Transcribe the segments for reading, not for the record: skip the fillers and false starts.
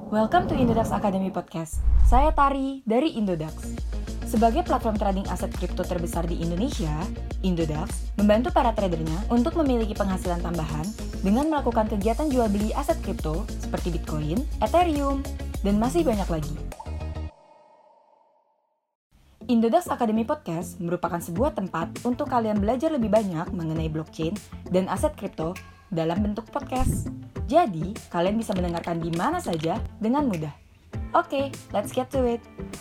Welcome to Indodax Academy Podcast. Saya Tari dari Indodax. Sebagai platform trading aset kripto terbesar di Indonesia, Indodax membantu para tradernya untuk memiliki penghasilan tambahan dengan melakukan kegiatan jual beli aset kripto seperti Bitcoin, Ethereum, dan masih banyak lagi. Indodax Academy Podcast merupakan sebuah tempat untuk kalian belajar lebih banyak mengenai blockchain dan aset kripto dalam bentuk podcast. Jadi, kalian bisa mendengarkan di mana saja dengan mudah. Oke, let's get to it.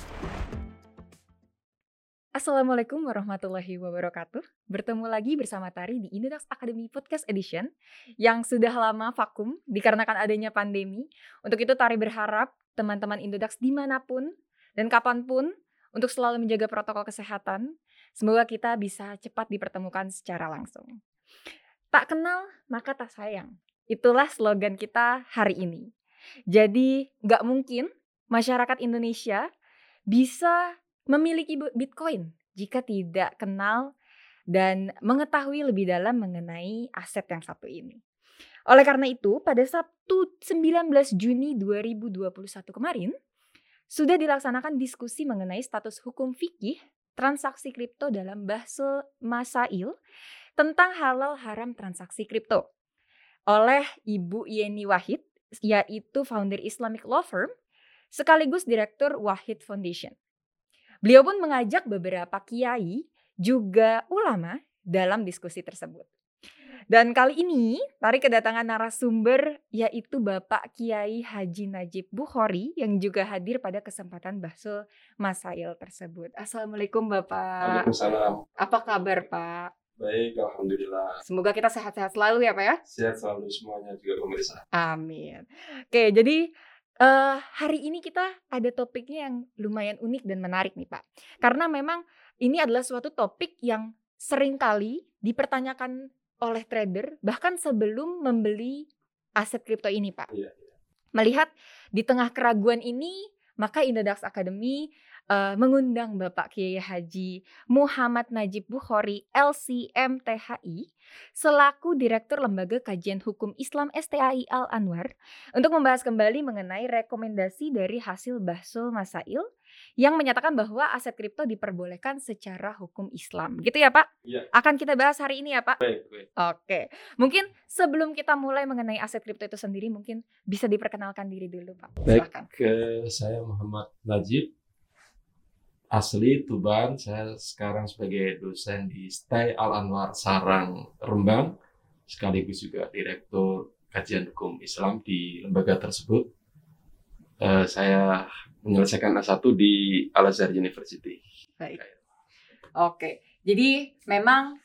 Assalamualaikum warahmatullahi wabarakatuh. Bertemu lagi bersama Tari di Indodax Academy Podcast Edition yang sudah lama vakum dikarenakan adanya pandemi. Untuk itu Tari berharap teman-teman Indodax dimanapun dan kapanpun untuk selalu menjaga protokol kesehatan. Semoga kita bisa cepat dipertemukan secara langsung. Tak kenal maka tak sayang. Itulah slogan kita hari ini. Jadi gak mungkin masyarakat Indonesia bisa memiliki Bitcoin jika tidak kenal dan mengetahui lebih dalam mengenai aset yang satu ini. Oleh karena itu, pada Sabtu 19 Juni 2021 kemarin, sudah dilaksanakan diskusi mengenai status hukum fikih transaksi kripto dalam Bahsul Masail tentang halal haram transaksi kripto oleh Ibu Yeni Wahid, yaitu founder Islamic Law Firm, sekaligus Direktur Wahid Foundation. Beliau pun mengajak beberapa kiai, juga ulama dalam diskusi tersebut. Dan kali ini, Tari kedatangan narasumber, yaitu Bapak Kiai Haji Najib Bukhori, yang juga hadir pada kesempatan Bahsul Masail tersebut. Assalamualaikum Bapak. Waalaikumsalam. Apa kabar Pak? Baik, alhamdulillah. Semoga kita sehat-sehat selalu ya Pak ya. Sehat selalu semuanya juga pemirsa. Amin. Oke, jadi hari ini kita ada topiknya yang lumayan unik dan menarik nih Pak. Karena memang ini adalah suatu topik yang seringkali dipertanyakan oleh trader bahkan sebelum membeli aset kripto ini Pak. Iya. Melihat di tengah keraguan ini, maka Indodax Academy mengundang Bapak Kiai Haji Muhammad Najib Bukhori LCM THI selaku Direktur Lembaga Kajian Hukum Islam STAI Al-Anwar untuk membahas kembali mengenai rekomendasi dari hasil Bahsul Masail yang menyatakan bahwa aset kripto diperbolehkan secara hukum Islam. Gitu ya Pak? Iya. Akan kita bahas hari ini ya Pak? Baik. Oke, mungkin sebelum kita mulai mengenai aset kripto itu sendiri mungkin bisa diperkenalkan diri dulu Pak. Silakan. Saya Muhammad Najib, asli Tuban. Saya sekarang sebagai dosen di STAI Al-Anwar Sarang, Rembang, sekaligus juga Direktur Kajian Hukum Islam di lembaga tersebut. Saya menyelesaikan S1 di Al-Azhar University. Baik. Oke, jadi memang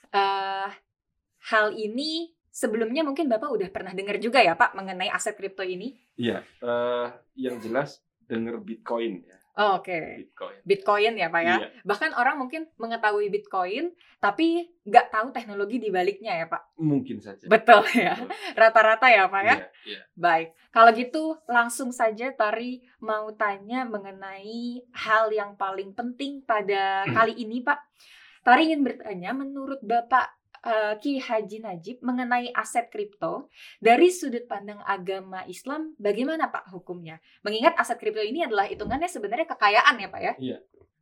hal ini sebelumnya mungkin Bapak udah pernah dengar juga ya Pak mengenai aset kripto ini? Iya, yang jelas dengar Bitcoin ya. Oh, oke. Bitcoin ya Pak ya. Iya. Bahkan orang mungkin mengetahui Bitcoin tapi nggak tahu teknologi di baliknya ya Pak. Mungkin saja. Betul ya. Rata-rata ya Pak ya. Iya. Baik. Kalau gitu langsung saja Tari mau tanya mengenai hal yang paling penting pada kali ini Pak. Tari ingin bertanya menurut Bapak Ki Haji Najib mengenai aset kripto dari sudut pandang agama Islam bagaimana Pak hukumnya? Mengingat aset kripto ini adalah hitungannya sebenarnya kekayaan ya Pak ya? Iya.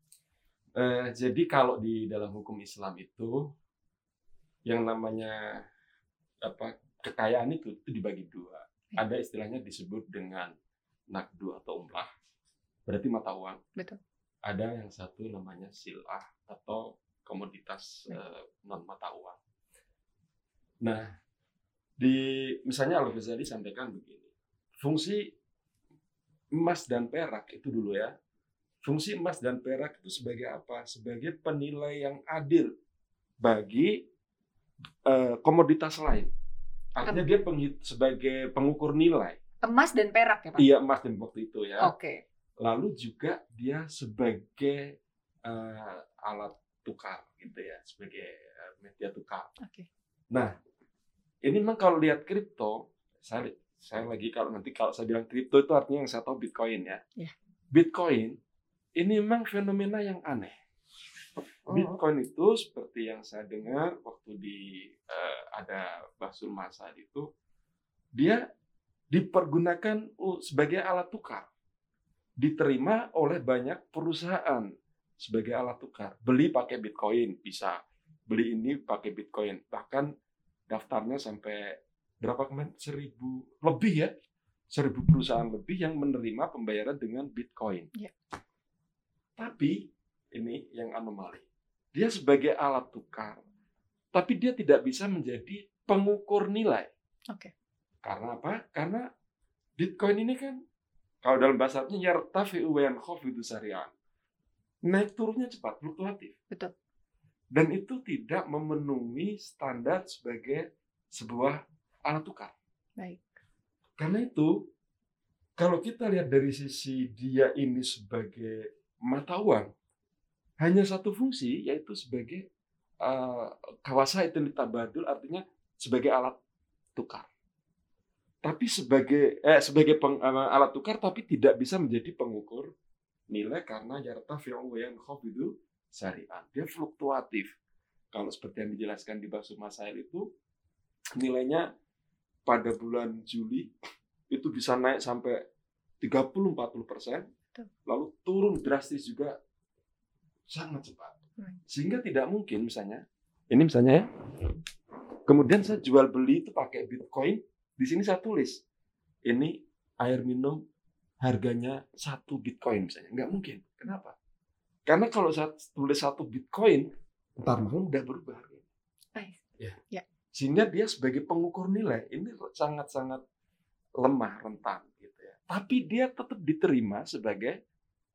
Jadi kalau di dalam hukum Islam itu yang namanya kekayaan itu dibagi dua. Ada istilahnya disebut dengan nakdu atau umrah, berarti mata uang. Betul. Ada yang satu namanya sil'ah atau komoditas non mata uang. Nah, misalnya Al-Ghazali sampaikan begini, fungsi emas dan perak itu dulu ya. Fungsi emas dan perak itu sebagai apa? Sebagai penilai yang adil bagi komoditas lain. Artinya dia sebagai pengukur nilai. Emas dan perak ya Pak? Iya, emas dan waktu itu ya. Oke. Lalu juga dia sebagai alat tukar gitu ya, sebagai media tukar. Oke. Nah, ini memang kalau lihat kripto, saya lagi kalau saya bilang kripto itu artinya yang saya tahu Bitcoin ya. Yeah. Bitcoin ini memang fenomena yang aneh. Bitcoin itu seperti yang saya dengar waktu ada Bahsul Masail itu, dia dipergunakan sebagai alat tukar. Diterima oleh banyak perusahaan sebagai alat tukar. Beli pakai Bitcoin bisa, beli ini pakai Bitcoin. Bahkan daftarnya sampai berapa kemarin? 1.000 lebih ya. 1.000 perusahaan lebih yang menerima pembayaran dengan Bitcoin. Ya. Tapi ini yang anomali. Dia sebagai alat tukar, tapi dia tidak bisa menjadi pengukur nilai. Oke. Karena apa? Karena Bitcoin ini kan, kalau dalam bahasa Arabnya, yartafi'u wa yankhafidhu sari'an. Naik turunnya cepat, fluktuatif. Betul. Dan itu tidak memenuhi standar sebagai sebuah alat tukar. Baik. Karena itu, kalau kita lihat dari sisi dia ini sebagai mata uang, hanya satu fungsi, yaitu sebagai kawasaitul tabadul, artinya sebagai alat tukar. Tapi sebagai alat tukar, tapi tidak bisa menjadi pengukur nilai karena yartafi'u wa yankhafidhu sari'an. Dia fluktuatif. Kalau seperti yang dijelaskan di Basuh Masail itu, nilainya pada bulan Juli itu bisa naik sampai 30-40%, lalu turun drastis juga sangat cepat. Sehingga tidak mungkin misalnya ya, kemudian saya jual beli itu pakai Bitcoin, di sini saya tulis, ini air minum harganya 1 Bitcoin misalnya. Nggak mungkin. Kenapa? Karena kalau saya tulis 1 Bitcoin, ntar malam udah berubah harganya. Ya. Sehingga dia sebagai pengukur nilai, ini sangat-sangat lemah, rentan. Gitu ya. Tapi dia tetap diterima sebagai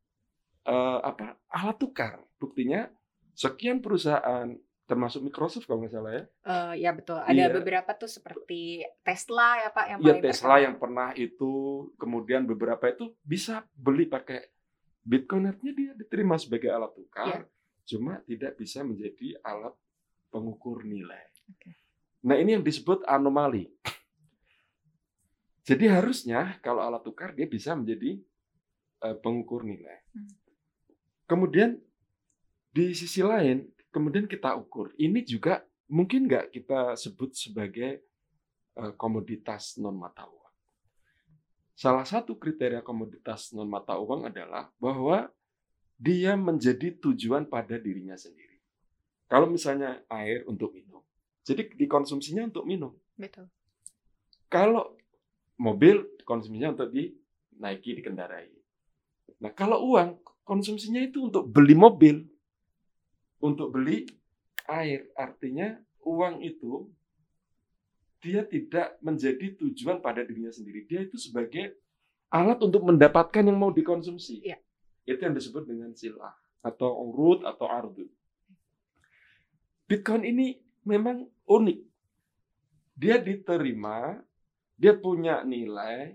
alat tukar. Buktinya sekian perusahaan, termasuk Microsoft kalau nggak salah ya. Ya betul. Ada beberapa tuh seperti Tesla ya Pak yang paling Tesla yang pernah itu, kemudian beberapa itu bisa beli pakai Bitcoin, artinya dia diterima sebagai alat tukar, cuma tidak bisa menjadi alat pengukur nilai. Nah ini yang disebut anomali. Jadi harusnya kalau alat tukar dia bisa menjadi pengukur nilai. Kemudian di sisi lain, kemudian kita ukur. Ini juga mungkin nggak kita sebut sebagai komoditas non mata uang. Salah satu kriteria komoditas non mata uang adalah bahwa dia menjadi tujuan pada dirinya sendiri. Kalau misalnya air untuk minum, jadi dikonsumsinya untuk minum. Betul. Kalau mobil, konsumsinya untuk dinaiki, dikendarai. Nah, kalau uang, konsumsinya itu untuk beli mobil, untuk beli air. Artinya uang itu dia tidak menjadi tujuan pada dirinya sendiri. Dia itu sebagai alat untuk mendapatkan yang mau dikonsumsi. Ya. Itu yang disebut dengan silah atau urut atau ardu. Bitcoin ini memang unik. Dia diterima, dia punya nilai,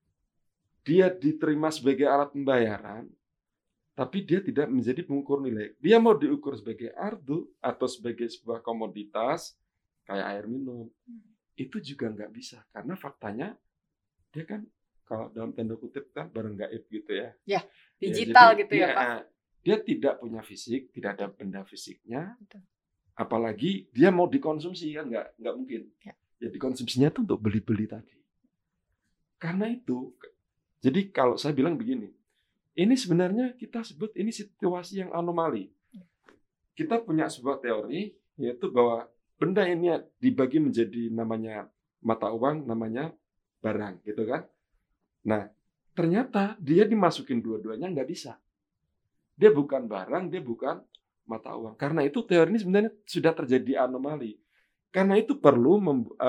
dia diterima sebagai alat pembayaran, tapi dia tidak menjadi pengukur nilai. Dia mau diukur sebagai ardu atau sebagai sebuah komoditas kayak air minum, itu juga nggak bisa. Karena faktanya dia kan, kalau dalam tanda kutip kan barang gaib gitu ya. Ya, digital jadi, gitu ya Pak. Dia tidak punya fisik, tidak ada benda fisiknya. Betul. Apalagi dia mau dikonsumsi, kan nggak mungkin. Ya dikonsumsinya itu untuk beli-beli tadi. Karena itu, jadi kalau saya bilang begini, ini sebenarnya kita sebut ini situasi yang anomali. Kita punya sebuah teori, yaitu bahwa benda ini dibagi menjadi namanya mata uang, namanya barang, gitu kan? Nah, ternyata dia dimasukin dua-duanya nggak bisa. Dia bukan barang, dia bukan mata uang. Karena itu teori ini sebenarnya sudah terjadi anomali. Karena itu perlu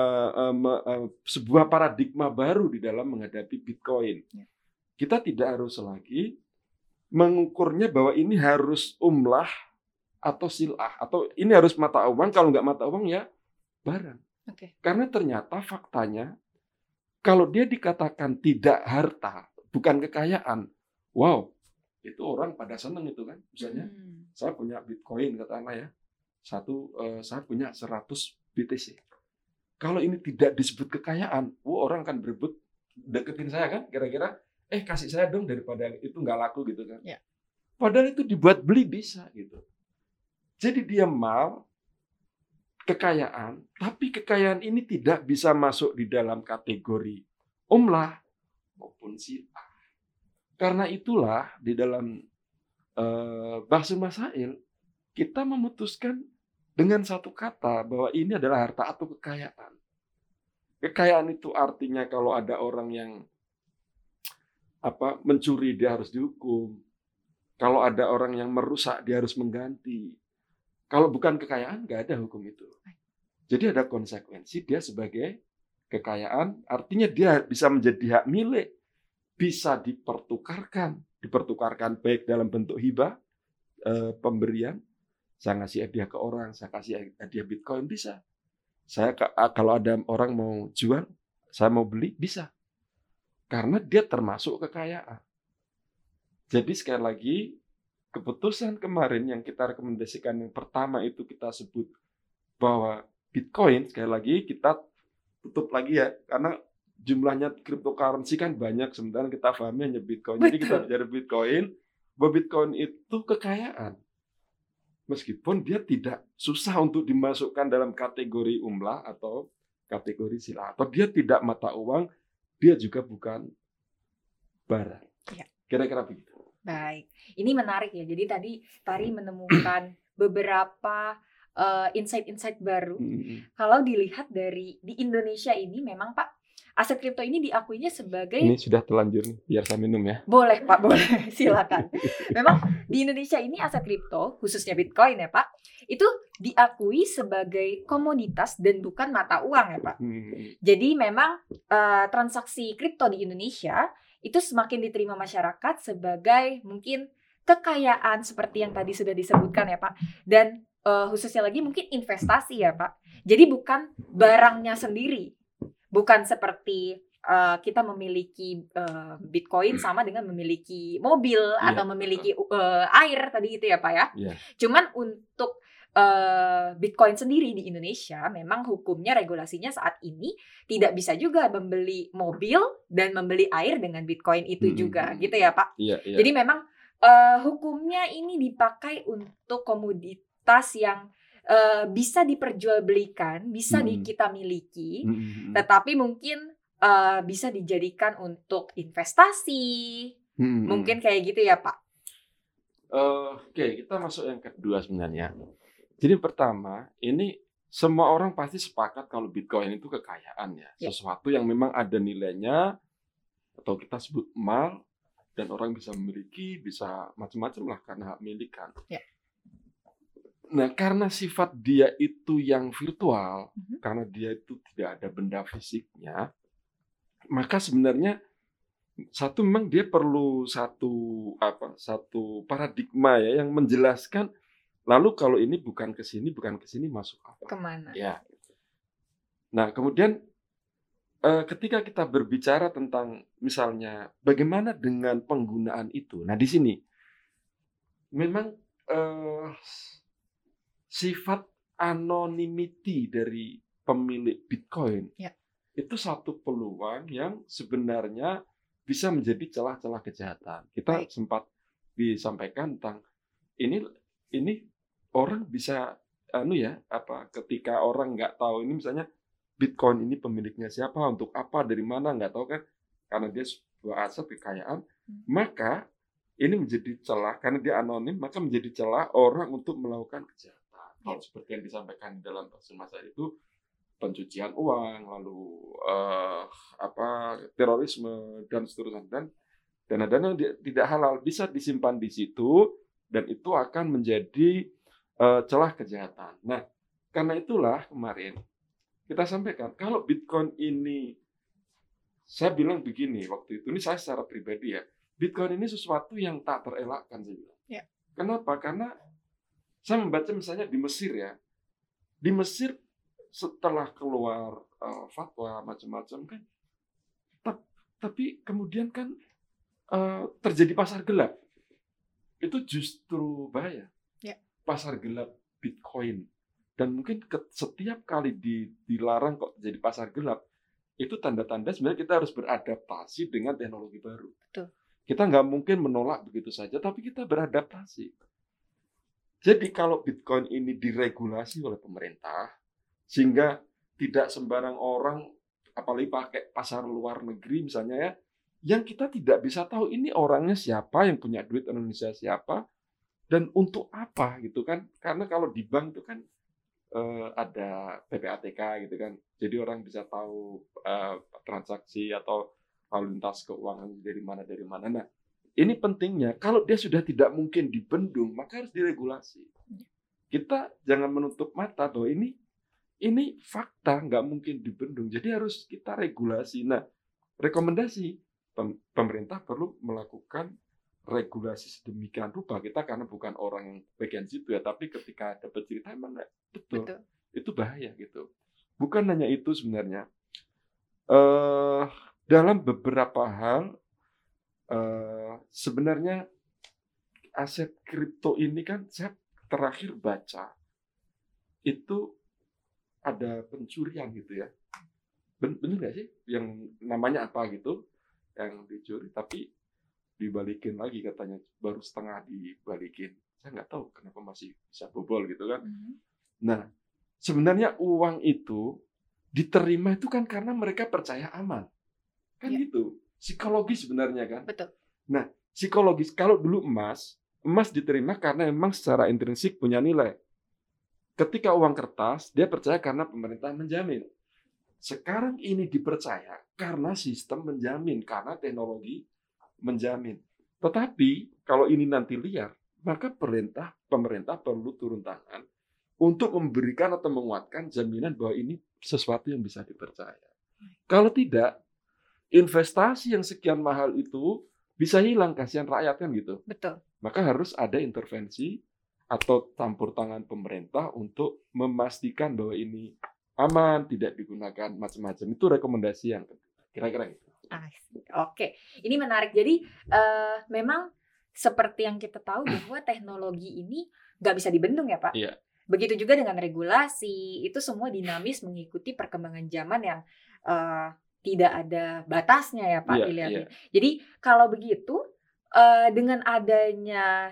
sebuah paradigma baru di dalam menghadapi Bitcoin. Kita tidak harus lagi mengukurnya bahwa ini harus umlah atau silah, atau ini harus mata uang, kalau nggak mata uang ya barang. Karena ternyata faktanya, kalau dia dikatakan tidak harta, bukan kekayaan, wow, itu orang pada seneng itu kan. Misalnya, saya punya Bitcoin, katakanlah ya, saya punya 100 BTC. Kalau ini tidak disebut kekayaan, orang akan berebut deketin saya kan, kira-kira, kasih saya dong daripada itu nggak laku gitu kan. Ya. Padahal itu dibuat beli bisa gitu. Jadi dia mal, kekayaan, tapi kekayaan ini tidak bisa masuk di dalam kategori umlah maupun silah. Karena itulah di dalam Bahsul Masail kita memutuskan dengan satu kata bahwa ini adalah harta atau kekayaan. Kekayaan itu artinya kalau ada orang yang mencuri dia harus dihukum. Kalau ada orang yang merusak dia harus mengganti. Kalau bukan kekayaan nggak ada hukum itu. Jadi ada konsekuensi dia sebagai kekayaan, artinya dia bisa menjadi hak milik, bisa dipertukarkan baik dalam bentuk hibah, pemberian, saya ngasih hadiah ke orang, saya kasih hadiah Bitcoin bisa. Saya kalau ada orang mau jual, saya mau beli bisa. Karena dia termasuk kekayaan. Jadi sekali lagi, keputusan kemarin yang kita rekomendasikan yang pertama itu kita sebut bahwa Bitcoin, sekali lagi kita tutup lagi ya, karena jumlahnya cryptocurrency kan banyak, sementara kita pahami hanya Bitcoin. Jadi kita bicara Bitcoin, bahwa Bitcoin itu kekayaan. Meskipun dia tidak susah untuk dimasukkan dalam kategori umlah atau kategori silah. Atau dia tidak mata uang, dia juga bukan barang. Ya. Kira-kira begitu. Baik, ini menarik ya. Jadi tadi Tari menemukan beberapa insight-insight baru. Kalau dilihat di Indonesia ini memang Pak, aset kripto ini diakuinya sebagai... Ini sudah terlanjur nih, biar saya minum ya. Boleh Pak, boleh. Silakan. Memang di Indonesia ini aset kripto, khususnya Bitcoin ya Pak, itu diakui sebagai komoditas dan bukan mata uang ya Pak. Jadi memang transaksi kripto di Indonesia itu semakin diterima masyarakat sebagai mungkin kekayaan seperti yang tadi sudah disebutkan ya Pak. Dan khususnya lagi mungkin investasi ya Pak. Jadi bukan barangnya sendiri. Bukan seperti kita memiliki Bitcoin sama dengan memiliki mobil atau memiliki air tadi itu ya Pak ya. Cuman untuk Bitcoin sendiri di Indonesia memang hukumnya, regulasinya saat ini tidak bisa juga membeli mobil dan membeli air dengan Bitcoin itu juga gitu ya Pak. Jadi memang hukumnya ini dipakai untuk komoditas yang bisa diperjualbelikan, bisa kita miliki, tetapi mungkin bisa dijadikan untuk investasi, mungkin kayak gitu ya Pak. Oke, kita masuk yang kedua sebenarnya. Jadi pertama, ini semua orang pasti sepakat kalau Bitcoin itu kekayaan ya, sesuatu yang memang ada nilainya atau kita sebut mal dan orang bisa memiliki, bisa macam-macam lah karena hak milik kan. Nah, karena sifat dia itu yang virtual, karena dia itu tidak ada benda fisiknya, maka sebenarnya satu memang dia perlu satu paradigma ya yang menjelaskan lalu kalau ini bukan ke sini masuk apa? Kemana? Ya. Nah, kemudian ketika kita berbicara tentang misalnya bagaimana dengan penggunaan itu. Nah, di sini memang sifat anonymity dari pemilik Bitcoin itu satu peluang yang sebenarnya bisa menjadi celah-celah kejahatan. Kita sempat disampaikan tentang ini orang bisa ketika orang nggak tahu ini misalnya Bitcoin ini pemiliknya siapa, untuk apa, dari mana, nggak tahu kan, karena dia sebuah aset kekayaan, maka ini menjadi celah karena dia anonim, maka menjadi celah orang untuk melakukan kejahatan. Kalau seperti yang disampaikan dalam Bahsul Masail itu pencucian uang, lalu terorisme dan seterusnya, dan dana-dana yang tidak halal bisa disimpan di situ dan itu akan menjadi celah kejahatan. Nah, karena itulah kemarin kita sampaikan kalau Bitcoin ini, saya bilang begini waktu itu, ini saya secara pribadi ya, Bitcoin ini sesuatu yang tak terelakkan saya bilang. Kenapa? Karena saya membaca misalnya di Mesir ya, di Mesir setelah keluar fatwa macam-macam kan, tapi kemudian kan terjadi pasar gelap. Itu justru bahaya. Pasar gelap Bitcoin. Dan mungkin setiap kali dilarang kok jadi pasar gelap, itu tanda-tanda sebenarnya kita harus beradaptasi dengan teknologi baru. Betul. Kita nggak mungkin menolak begitu saja, tapi kita beradaptasi. Jadi kalau Bitcoin ini diregulasi oleh pemerintah, sehingga tidak sembarang orang apalagi pakai pasar luar negeri misalnya ya, yang kita tidak bisa tahu ini orangnya siapa, yang punya duit Indonesia siapa, dan untuk apa gitu kan. Karena kalau di bank itu kan ada PPATK gitu kan. Jadi orang bisa tahu transaksi atau lalu lintas keuangan dari mana. Nah, ini pentingnya. Kalau dia sudah tidak mungkin dibendung, maka harus diregulasi. Kita jangan menutup mata bahwa ini fakta nggak mungkin dibendung. Jadi harus kita regulasi. Nah, rekomendasi pemerintah perlu melakukan regulasi sedemikian rupa. Kita karena bukan orang yang bagian situ ya, tapi ketika dapat cerita emang nggak betul. Itu bahaya gitu. Bukan hanya itu sebenarnya. Dalam beberapa hal sebenarnya aset kripto ini kan saya terakhir baca itu ada pencurian gitu ya. Bener nggak sih yang namanya apa gitu yang dicuri tapi dibalikin lagi katanya baru setengah dibalikin. Saya nggak tahu kenapa masih bisa bobol gitu kan. Nah, sebenarnya uang itu diterima itu kan karena mereka percaya aman. Kan gitu. Psikologis sebenarnya kan. Betul. Nah, psikologis kalau dulu emas diterima karena memang secara intrinsik punya nilai. Ketika uang kertas, dia percaya karena pemerintah menjamin. Sekarang ini dipercaya karena sistem menjamin, karena teknologi menjamin. Tetapi kalau ini nanti liar, maka pemerintah perlu turun tangan untuk memberikan atau menguatkan jaminan bahwa ini sesuatu yang bisa dipercaya. Kalau tidak, investasi yang sekian mahal itu bisa hilang, kasihan rakyat kan gitu. Betul. Maka harus ada intervensi atau campur tangan pemerintah untuk memastikan bahwa ini aman, tidak digunakan macam-macam. Itu rekomendasi yang kira-kira gitu. Oke, ini menarik. Jadi memang seperti yang kita tahu bahwa teknologi ini nggak bisa dibendung ya Pak. Iya. Begitu juga dengan regulasi, itu semua dinamis mengikuti perkembangan zaman yang tidak ada batasnya ya Pak dilihatnya. Jadi kalau begitu dengan adanya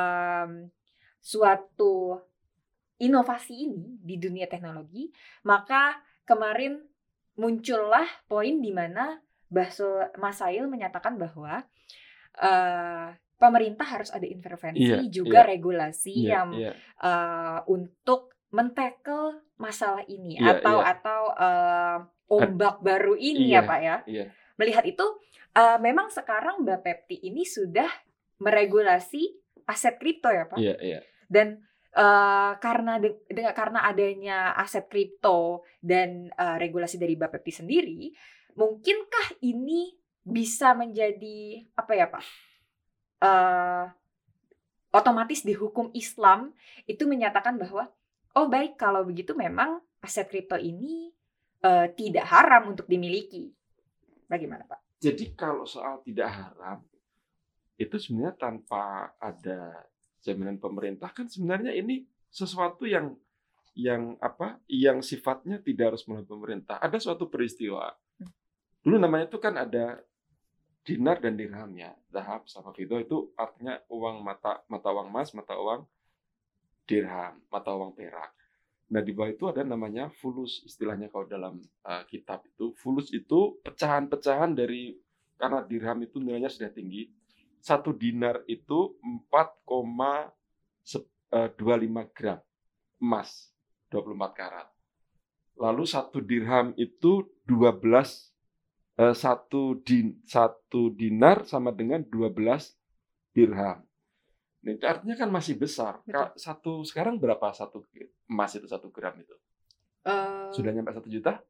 suatu inovasi ini di dunia teknologi, maka kemarin muncullah poin di mana Mas Sail menyatakan bahwa pemerintah harus ada intervensi regulasi yang untuk men-tackle masalah ini atau ombak baru ini ya Pak ya. Melihat itu memang sekarang Bapepti ini sudah meregulasi aset kripto ya Pak. Dan karena adanya aset kripto dan regulasi dari Bapepti sendiri, mungkinkah ini bisa menjadi apa ya Pak? Otomatis di hukum Islam itu menyatakan bahwa oh baik kalau begitu memang aset kripto ini tidak haram untuk dimiliki. Bagaimana Pak? Jadi kalau soal tidak haram itu sebenarnya tanpa ada jaminan pemerintah kan sebenarnya ini sesuatu yang sifatnya tidak harus melalui pemerintah. Ada suatu peristiwa. Dulu namanya itu kan ada dinar dan dirhamnya, zahab sama fiddah itu artinya uang mata uang emas, mata uang dirham, mata uang perak. Nah, di bawah itu ada namanya fulus, istilahnya kalau dalam kitab itu. Fulus itu pecahan-pecahan dari, karena dirham itu nilainya sudah tinggi. 1 dinar itu 4,25 gram emas, 24 karat. Lalu 1 dirham itu 1 dinar sama dengan 12 dirham. Nah, itu artinya kan masih besar. Sekarang berapa satu emas itu 1 gram itu? Sudah nyampe 1 juta?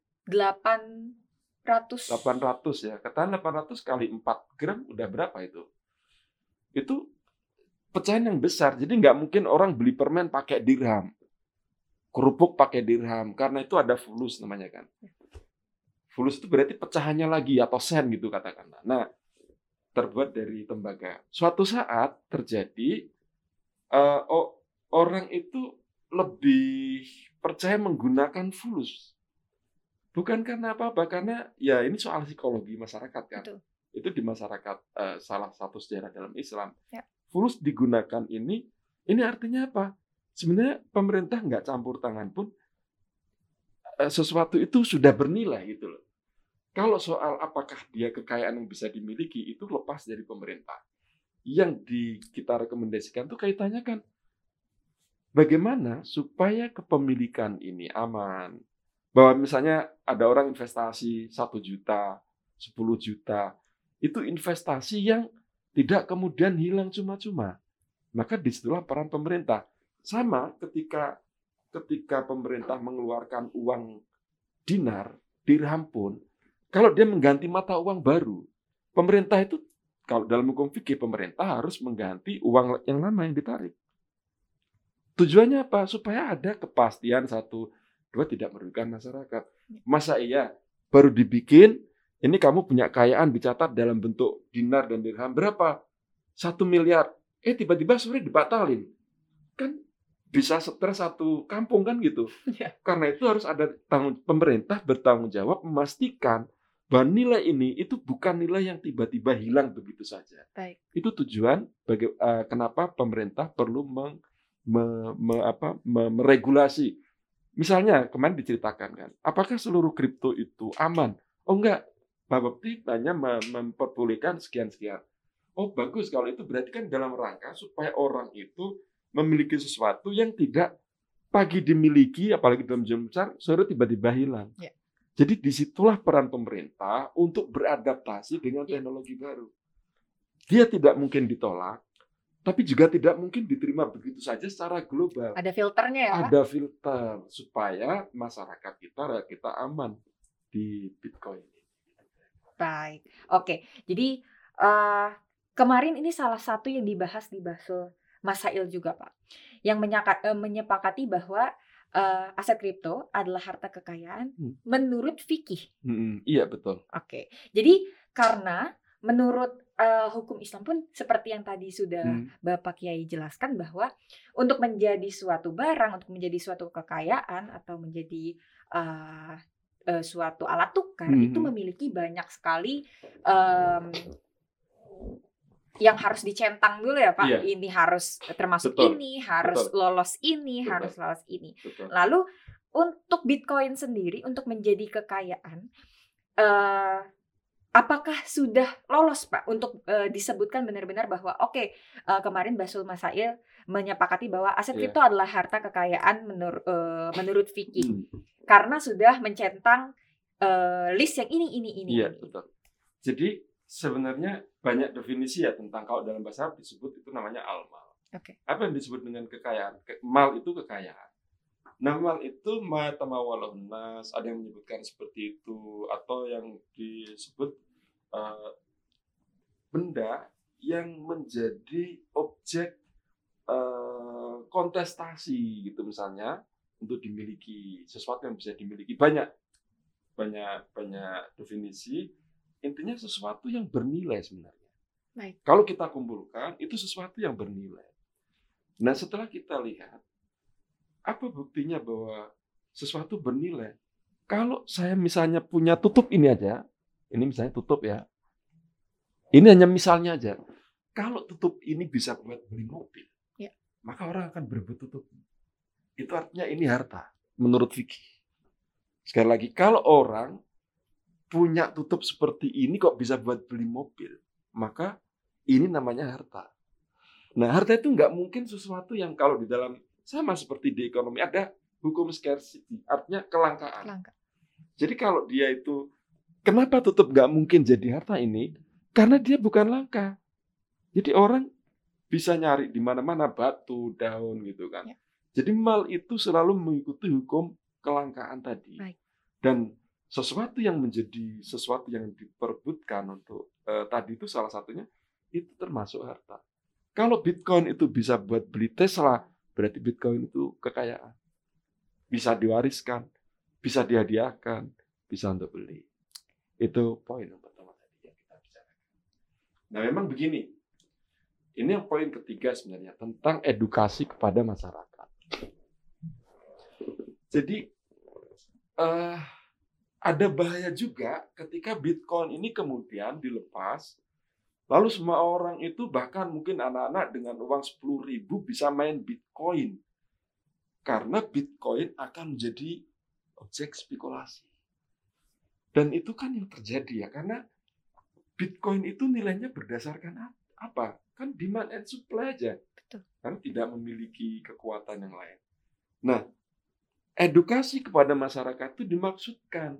800 ya. Katakan 800 kali 4 gram udah berapa itu? Itu pecahan yang besar. Jadi nggak mungkin orang beli permen pakai dirham. Kerupuk pakai dirham. Karena itu ada fulus namanya kan. Fulus itu berarti pecahannya lagi atau sen gitu katakanlah. Nah, terbuat dari tembaga. Suatu saat terjadi orang itu lebih percaya menggunakan fulus. Bukan karena apa-apa, karena ya ini soal psikologi masyarakat kan. Betul. Itu di masyarakat salah satu sejarah dalam Islam. Fulus digunakan ini artinya apa? Sebenarnya pemerintah nggak campur tangan pun sesuatu itu sudah bernilai gitu loh. Kalau soal apakah dia kekayaan yang bisa dimiliki, itu lepas dari pemerintah. Yang kita rekomendasikan itu kaitannya kan bagaimana supaya kepemilikan ini aman. Bahwa misalnya ada orang investasi 1 juta, 10 juta, itu investasi yang tidak kemudian hilang cuma-cuma. Maka disitulah peran pemerintah. Sama ketika pemerintah mengeluarkan uang dinar, dirham pun, kalau dia mengganti mata uang baru, pemerintah itu, kalau dalam hukum fikih, pemerintah harus mengganti uang yang lama yang ditarik. Tujuannya apa? Supaya ada kepastian, satu, dua, tidak merugikan masyarakat. Masa iya baru dibikin, ini kamu punya kekayaan dicatat dalam bentuk dinar dan dirham berapa? 1 miliar. Tiba-tiba sore dibatalin. Kan bisa stres satu kampung kan gitu. Karena itu harus ada pemerintah bertanggung jawab memastikan bahwa nilai ini itu bukan nilai yang tiba-tiba hilang begitu saja. Baik. Itu tujuan kenapa pemerintah perlu meregulasi. Misalnya kemarin diceritakan kan, apakah seluruh kripto itu aman? Oh enggak, Bapepti hanya memperbolehkan sekian-sekian. Oh bagus, kalau itu berarti kan dalam rangka supaya orang itu memiliki sesuatu yang tidak pagi dimiliki, apalagi dalam jumlah besar, sore tiba-tiba hilang. Ya. Jadi disitulah peran pemerintah untuk beradaptasi dengan teknologi baru. Dia tidak mungkin ditolak, tapi juga tidak mungkin diterima begitu saja secara global. Ada filternya ya, Pak? Ada filter supaya masyarakat kita aman di Bitcoin. Baik, oke. Jadi kemarin ini salah satu yang dibahas di Basul Masail juga, Pak, yang menyepakati bahwa aset kripto adalah harta kekayaan menurut fikih. Iya betul. Oke, jadi karena menurut hukum Islam pun seperti yang tadi sudah Bapak Kiai jelaskan bahwa untuk menjadi suatu barang, untuk menjadi suatu kekayaan atau menjadi suatu alat tukar itu memiliki banyak sekali yang harus dicentang dulu ya Pak. Iya. Ini harus termasuk Betul. ini, harus Betul. lolos ini, Betul. harus lolos ini. Betul. Lalu untuk Bitcoin sendiri untuk menjadi kekayaan, apakah sudah lolos Pak untuk disebutkan benar-benar bahwa oke, kemarin Basul Masail menyepakati bahwa aset kripto adalah harta kekayaan menurut fikih karena sudah mencentang list yang ini. Iya betul. Jadi sebenarnya banyak definisi ya tentang, kalau dalam bahasa Arab disebut itu namanya al-mal. Oke. Apa yang disebut dengan kekayaan? Mal itu kekayaan. Nah, mal itu ma tamawalun nas, ada yang menyebutkan seperti itu, atau yang disebut benda yang menjadi objek kontestasi gitu misalnya, untuk dimiliki, sesuatu yang bisa dimiliki. Banyak definisi. Intinya sesuatu yang bernilai sebenarnya. Baik. Kalau kita kumpulkan, itu sesuatu yang bernilai. Nah, setelah kita lihat, apa buktinya bahwa sesuatu bernilai? Kalau saya misalnya punya tutup ini aja, ini misalnya tutup ya. Ini hanya misalnya aja. Kalau tutup ini bisa buat beli mobil, maka orang akan berebut tutup. Itu artinya ini harta, menurut fikih. Sekali lagi, kalau orang punya tutup seperti ini kok bisa buat beli mobil, maka ini namanya harta. Nah, harta itu nggak mungkin sesuatu yang kalau di dalam, sama seperti di ekonomi, ada hukum scarcity, artinya kelangkaan. Jadi kalau dia itu, kenapa tutup nggak mungkin jadi harta ini? Karena dia bukan langka. Jadi orang bisa nyari di mana-mana batu, daun gitu kan. Ya. Jadi mal itu selalu mengikuti hukum kelangkaan tadi. Baik. Dan sesuatu yang menjadi sesuatu yang diperebutkan untuk tadi itu salah satunya itu termasuk harta. Kalau Bitcoin itu bisa buat beli Tesla, berarti Bitcoin itu kekayaan. Bisa diwariskan, bisa dihadiahkan, bisa untuk beli. Itu poin yang pertama tadi yang kita bicarakan. Nah, memang begini. Ini yang poin ketiga sebenarnya, tentang edukasi kepada masyarakat. Jadi ada bahaya juga ketika Bitcoin ini kemudian dilepas, lalu semua orang itu, bahkan mungkin anak-anak dengan uang 10.000 bisa main Bitcoin. Karena Bitcoin akan menjadi objek spekulasi. Dan itu kan yang terjadi ya, karena Bitcoin itu nilainya berdasarkan apa? Kan demand and supply aja. Betul. Kan tidak memiliki kekuatan yang lain. Nah, edukasi kepada masyarakat itu dimaksudkan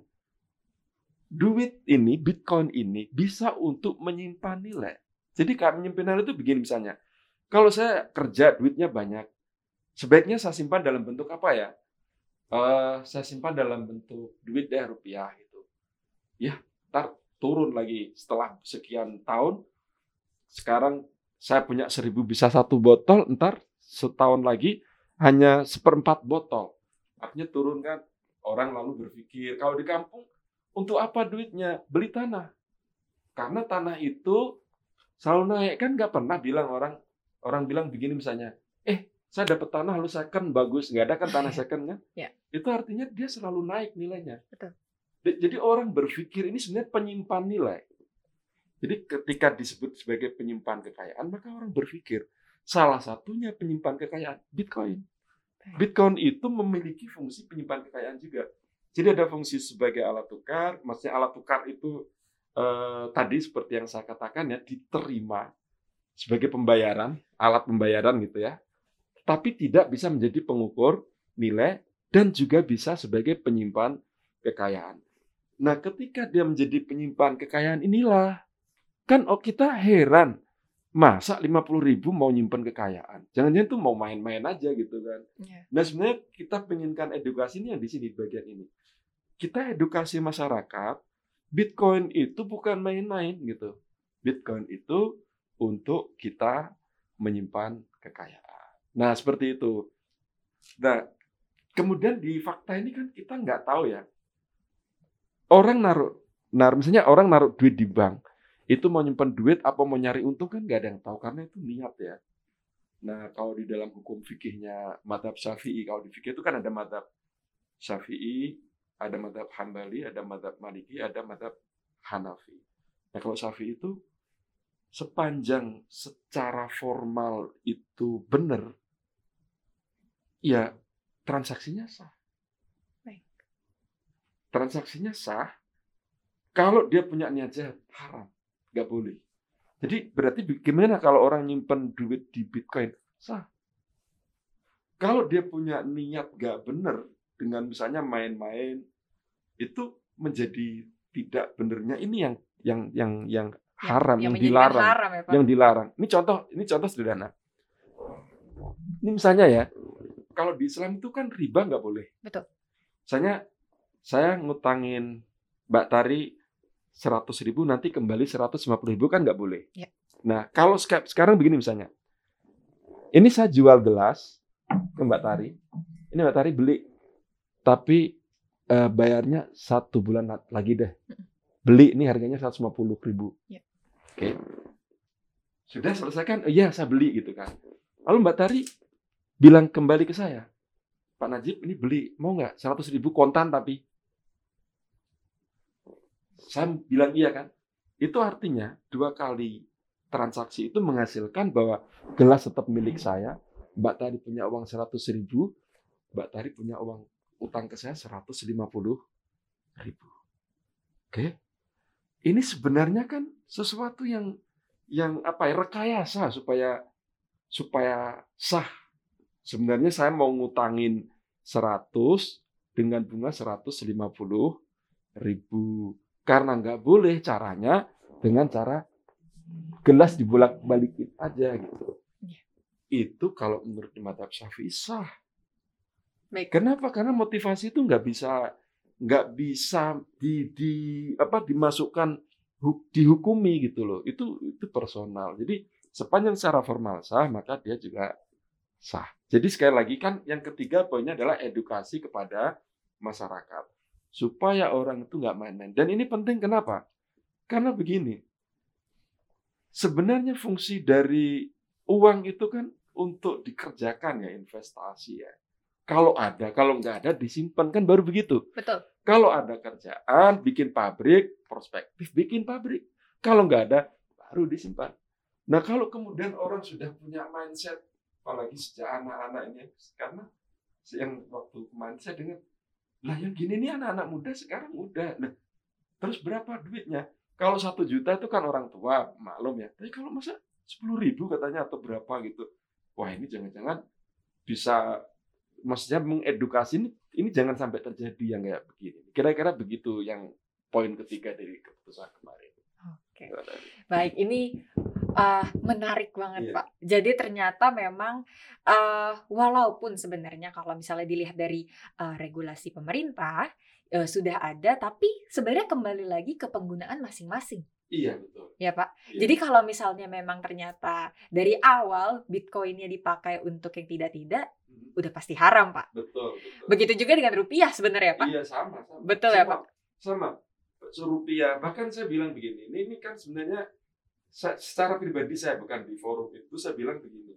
duit ini, Bitcoin ini bisa untuk menyimpan nilai. Jadi kalau menyimpan nilai itu begini misalnya. Kalau saya kerja duitnya banyak, sebaiknya saya simpan dalam bentuk apa ya? Saya simpan dalam bentuk duit deh rupiah gitu. Ya, ntar turun lagi setelah sekian tahun. Sekarang saya punya 1.000 bisa 1 botol, ntar setahun lagi hanya 1/4 botol. Artinya turun kan. Orang lalu berpikir, kalau di kampung untuk apa duitnya? Beli tanah. Karena tanah itu selalu naik. Kan nggak pernah bilang orang bilang begini misalnya, saya dapat tanah lalu second bagus. Nggak ada kan tanah second kan? Ya. Itu artinya dia selalu naik nilainya. Betul. Jadi orang berpikir ini sebenarnya penyimpan nilai. Jadi ketika disebut sebagai penyimpan kekayaan, maka orang berpikir salah satunya penyimpan kekayaan Bitcoin. Bitcoin itu memiliki fungsi penyimpan kekayaan juga. Jadi ada fungsi sebagai alat tukar. Maksudnya alat tukar itu tadi seperti yang saya katakan ya, diterima sebagai pembayaran, alat pembayaran gitu ya. Tapi tidak bisa menjadi pengukur nilai dan juga bisa sebagai penyimpan kekayaan. Nah, ketika dia menjadi penyimpan kekayaan inilah, kan kita heran. Masa 50.000 mau nyimpen kekayaan? Jangan-jangan tuh mau main-main aja gitu kan. Yeah. Nah sebenarnya kita penginginkan edukasi ini yang di sini bagian ini. Kita edukasi masyarakat, Bitcoin itu bukan main-main gitu. Bitcoin itu untuk kita menyimpan kekayaan. Nah seperti itu. Nah kemudian di fakta ini kan kita nggak tahu ya. Orang misalnya orang naruh duit di bank. Itu mau nyimpan duit apa mau nyari untung kan nggak ada yang tahu karena itu niat ya. Nah kalau di dalam hukum fikihnya mazhab Syafi'i, kalau di fikih itu kan ada mazhab Syafi'i, ada mazhab Hambali, ada mazhab Maliki, ada mazhab Hanafi. Nah kalau Syafi'i itu sepanjang secara formal itu benar, ya transaksinya sah. Transaksinya sah. Kalau dia punya niat jahat, haram. Nggak boleh. Jadi berarti gimana kalau orang nyimpen duit di Bitcoin? Sah. Kalau dia punya niat nggak benar dengan misalnya main-main, itu menjadi tidak benernya ini yang haram, yang dilarang, haram ya, Pak? yang dilarang. Ini contoh sederhana. Ini misalnya ya, kalau di Islam itu kan riba nggak boleh. Betul. Misalnya saya ngutangin Mbak Tari 100.000 nanti kembali 150.000 kan nggak boleh. Ya. Nah kalau sekarang begini misalnya, ini saya jual gelas ke Mbak Tari, ini Mbak Tari beli, tapi bayarnya 1 bulan lagi deh. Beli ini harganya 150.000. Ya. Oke. Sudah selesaikan? Iya saya beli gitu kan. Lalu Mbak Tari bilang kembali ke saya, Pak Najib ini beli, mau nggak 100.000 kontan tapi. Saya bilang iya kan. Itu artinya 2 kali transaksi itu menghasilkan bahwa gelas tetap milik saya. Mbak Tari punya uang 100.000, Mbak Tari punya uang utang ke saya 150.000. Oke. Ini sebenarnya kan sesuatu yang rekayasa supaya sah. Sebenarnya saya mau ngutangin 100 dengan bunga 150.000. Karena nggak boleh caranya dengan cara gelas dibolak-balikin aja gitu. Itu kalau menurut mazhab Syafi'i sah. Baik. Kenapa? Karena motivasi itu nggak bisa dimasukkan dihukumi gitu loh. Itu personal. Jadi sepanjang secara formal sah, maka dia juga sah. Jadi sekali lagi kan yang ketiga poinnya adalah edukasi kepada masyarakat. Supaya orang itu nggak main-main. Dan ini penting kenapa? Karena begini, sebenarnya fungsi dari uang itu kan untuk dikerjakan ya, investasi ya. Kalau nggak ada disimpan kan baru begitu. Betul. Kalau ada kerjaan, bikin pabrik, prospektif bikin pabrik. Kalau nggak ada, baru disimpan. Nah kalau kemudian orang sudah punya mindset, apalagi sejak anak-anak ini, karena yang waktu kemarin saya dengar, lah yang gini nih anak-anak muda sekarang udah. Nah, Terus berapa duitnya? Kalau 1 juta itu kan orang tua maklum ya. Tapi kalau masa 10.000 katanya atau berapa gitu. Wah ini jangan-jangan bisa, maksudnya mengedukasi ini jangan sampai terjadi yang kayak begini. Kira-kira begitu yang poin ketiga dari keputusan kemarin. Oke. Baik, ini menarik banget, Iya. Pak. Jadi ternyata memang walaupun sebenarnya kalau misalnya dilihat dari regulasi pemerintah sudah ada, tapi sebenarnya kembali lagi ke penggunaan masing-masing. Iya betul. Ya, Pak. Iya. Jadi kalau misalnya memang ternyata dari awal Bitcoin-nya dipakai untuk yang tidak-tidak, udah pasti haram, Pak. Betul, betul. Begitu juga dengan rupiah sebenarnya, Pak. Iya sama. Betul ya, Pak? Sama. Rupiah. Bahkan saya bilang begini, ini kan sebenarnya secara pribadi saya, bukan di forum itu, saya bilang begini.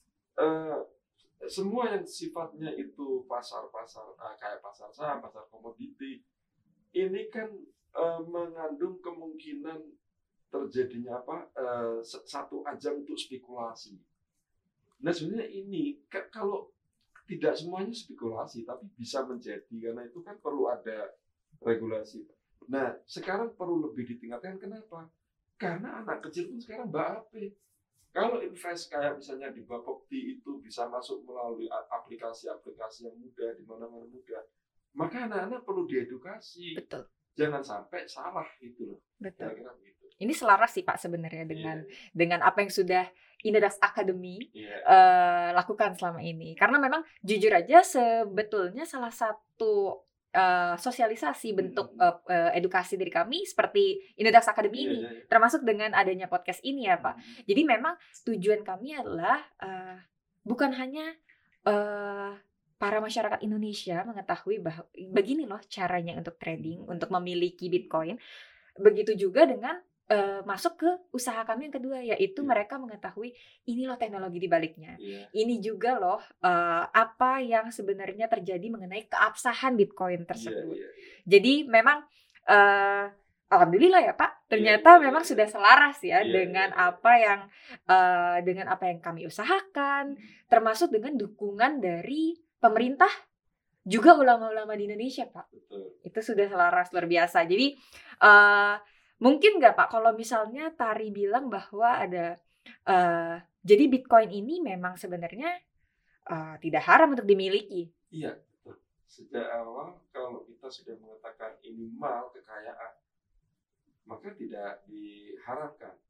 Semua yang sifatnya itu pasar-pasar kayak pasar saham, pasar komoditi, ini kan mengandung kemungkinan terjadinya satu ajang untuk spekulasi. Nah sebenarnya ini kalau tidak semuanya spekulasi, tapi bisa menjadi, karena itu kan perlu ada regulasi. Nah sekarang perlu lebih ditingkatkan. Kenapa? Karena anak kecil pun sekarang Mbak, kalau invest kayak misalnya di Bapepti itu bisa masuk melalui aplikasi-aplikasi yang mudah, di mana-mana mudah, maka anak-anak perlu diedukasi. Betul. Jangan sampai salah gitu loh. Betul. Kira-kira begitu. Ini selaras sih Pak sebenarnya dengan apa yang sudah Inadas Academy lakukan selama ini. Karena memang jujur aja sebetulnya salah satu sosialisasi bentuk edukasi dari kami seperti Inadas Academy ini, termasuk dengan adanya podcast ini ya Pak. Jadi memang tujuan kami adalah bukan hanya para masyarakat Indonesia mengetahui bahwa begini loh caranya untuk trading, untuk memiliki Bitcoin. Begitu juga dengan masuk ke usaha kami yang kedua, yaitu mereka mengetahui ini loh teknologi di baliknya. Ini juga loh apa yang sebenarnya terjadi mengenai keabsahan Bitcoin tersebut. Jadi memang alhamdulillah ya Pak, ternyata memang sudah selaras ya dengan apa yang kami usahakan, termasuk dengan dukungan dari pemerintah juga ulama-ulama di Indonesia Pak. Betul. Itu sudah selaras luar biasa. Jadi mungkin nggak Pak kalau misalnya Tari bilang bahwa ada jadi Bitcoin ini memang sebenarnya tidak haram untuk dimiliki. Iya, betul. Sejak awal kalau kita sudah mengatakan ini mal kekayaan, maka tidak diharamkan.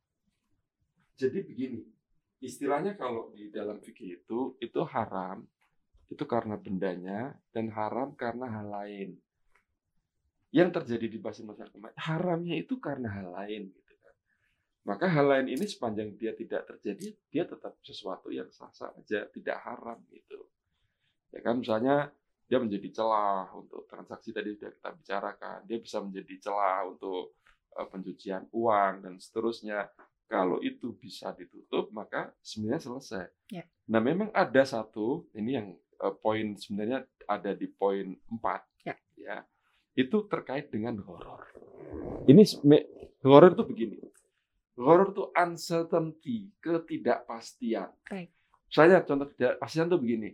Jadi begini, istilahnya kalau di dalam fikih itu haram itu karena bendanya dan haram karena hal lain. Yang terjadi di masing-masing haramnya itu karena hal lain gitu kan. Maka hal lain ini sepanjang dia tidak terjadi, dia tetap sesuatu yang sah-sah aja, tidak haram gitu. Ya kan, misalnya dia menjadi celah untuk transaksi tadi sudah kita bicarakan, dia bisa menjadi celah untuk pencucian uang dan seterusnya. Kalau itu bisa ditutup, maka sebenarnya selesai. Ya. Nah, memang ada satu, ini yang poin sebenarnya ada di poin 4 ya. Itu terkait dengan horor. Ini horor itu begini. Horor itu uncertainty, ketidakpastian. Saya contoh ketidakpastian itu begini.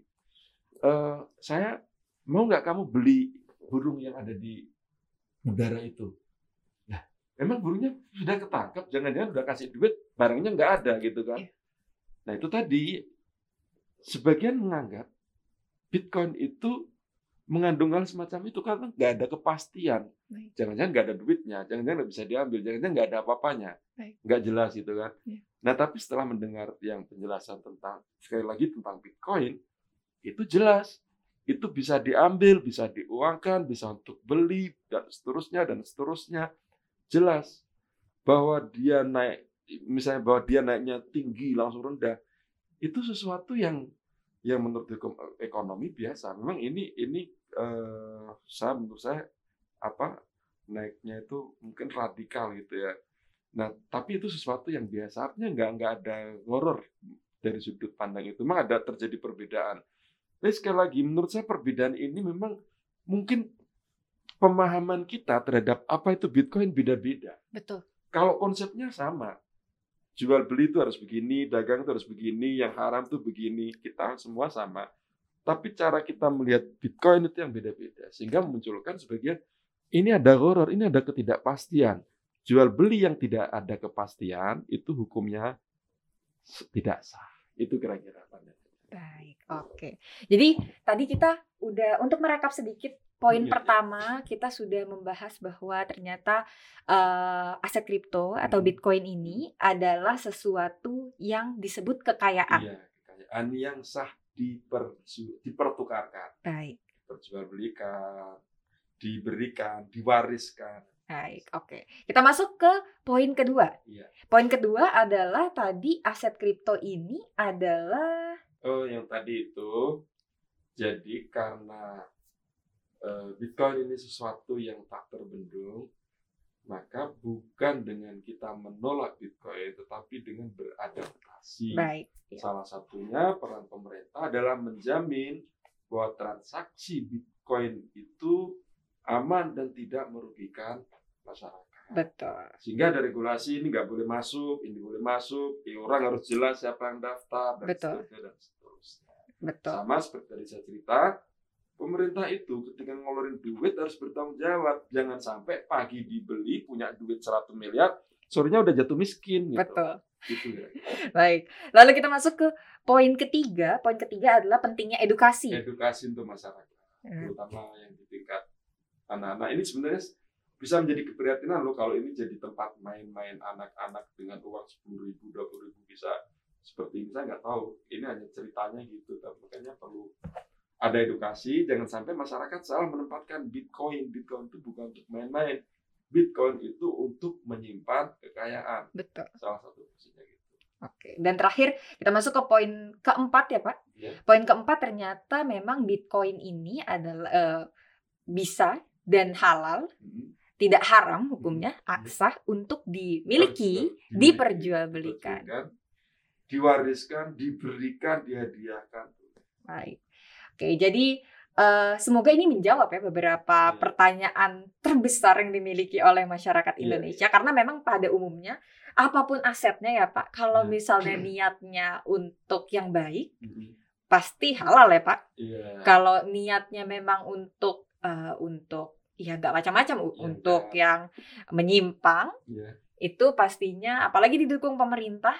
Saya mau nggak kamu beli burung yang ada di udara itu? Nah, emang burungnya sudah ketangkap, jangan-jangan udah kasih duit, barangnya nggak ada gitu kan? Nah itu tadi sebagian menganggap Bitcoin itu mengandung hal semacam itu karena nggak ada kepastian. Jangan-jangan nggak ada duitnya, jangan-jangan nggak bisa diambil, jangan-jangan nggak ada apa-apanya, nggak jelas gitu kan. Nah tapi setelah mendengar yang penjelasan tentang, sekali lagi tentang Bitcoin, itu jelas, itu bisa diambil, bisa diuangkan, bisa untuk beli, dan seterusnya, jelas bahwa dia naik, misalnya bahwa dia naiknya tinggi langsung rendah, itu sesuatu yang menurut ekonomi biasa. Memang ini menurut saya naiknya itu mungkin radikal gitu ya. Nah, tapi itu sesuatu yang biasa. Artinya nggak ada horor dari sudut pandang itu. Memang ada terjadi perbedaan. Tapi sekali lagi, menurut saya perbedaan ini memang mungkin pemahaman kita terhadap apa itu Bitcoin beda-beda. Betul. Kalau konsepnya sama, jual beli itu harus begini, dagang itu harus begini, yang haram itu begini, kita semua sama. Tapi cara kita melihat Bitcoin itu yang beda-beda, sehingga memunculkan sebagian, ini ada horor, ini ada ketidakpastian. Jual beli yang tidak ada kepastian itu hukumnya tidak sah. Itu kira-kira pandangan. Baik, oke. Jadi tadi kita udah untuk merekap sedikit poin Iya, pertama kita sudah membahas bahwa ternyata aset kripto atau Mhm. Bitcoin ini adalah sesuatu yang disebut kekayaan. Iya, kekayaan yang sah dipertukarkan, Baik, diperjualbelikan, diberikan, diwariskan. baik, oke. Kita masuk ke poin kedua. Iya. Poin kedua adalah tadi aset kripto ini adalah Oh, yang tadi itu jadi karena Bitcoin ini sesuatu yang tak terbendung, maka bukan dengan kita menolak Bitcoin, tetapi dengan beradaptasi. baik. Salah satunya peran pemerintah dalam menjamin bahwa transaksi Bitcoin itu aman dan tidak merugikan masyarakat. Betul. Sehingga ada regulasi, ini nggak boleh masuk, ini boleh masuk, orang harus jelas siapa yang daftar, dan Betul. seterusnya, dan seterusnya. Betul. Sama seperti tadi saya cerita, pemerintah itu ketika ngeluarin duit harus bertanggung jawab. Jangan sampai pagi dibeli, punya duit 100 miliar, sorenya udah jatuh miskin. Gitu. Betul. Gitu ya. Baik. Lalu kita masuk ke poin ketiga. Poin ketiga adalah pentingnya edukasi. Edukasi untuk masyarakat, terutama yang di tingkat anak-anak. Ini sebenarnya bisa menjadi keprihatinan loh kalau ini jadi tempat main-main anak-anak dengan uang 10.000, 20.000 bisa seperti ini. Saya nggak tahu. Ini hanya ceritanya gitu. Tapi makanya perlu ada edukasi. Jangan sampai masyarakat salah menempatkan Bitcoin. Bitcoin itu bukan untuk main-main. Bitcoin itu untuk menyimpan kekayaan. Betul. Salah satu fungsinya gitu. Oke. Dan terakhir kita masuk ke poin keempat ya Pak. Ya. Poin keempat ternyata memang Bitcoin ini adalah bisa dan halal. Tidak haram hukumnya, sah untuk dimiliki, diperjualbelikan, diwariskan, diberikan, dihadiahkan. Baik. Oke, jadi semoga ini menjawab ya beberapa pertanyaan terbesar yang dimiliki oleh masyarakat Indonesia. Karena memang pada umumnya apapun asetnya ya Pak, kalau misalnya niatnya untuk yang baik, pasti halal ya Pak. Kalau niatnya memang untuk ya nggak macam-macam untuk yang menyimpang, itu pastinya apalagi didukung pemerintah,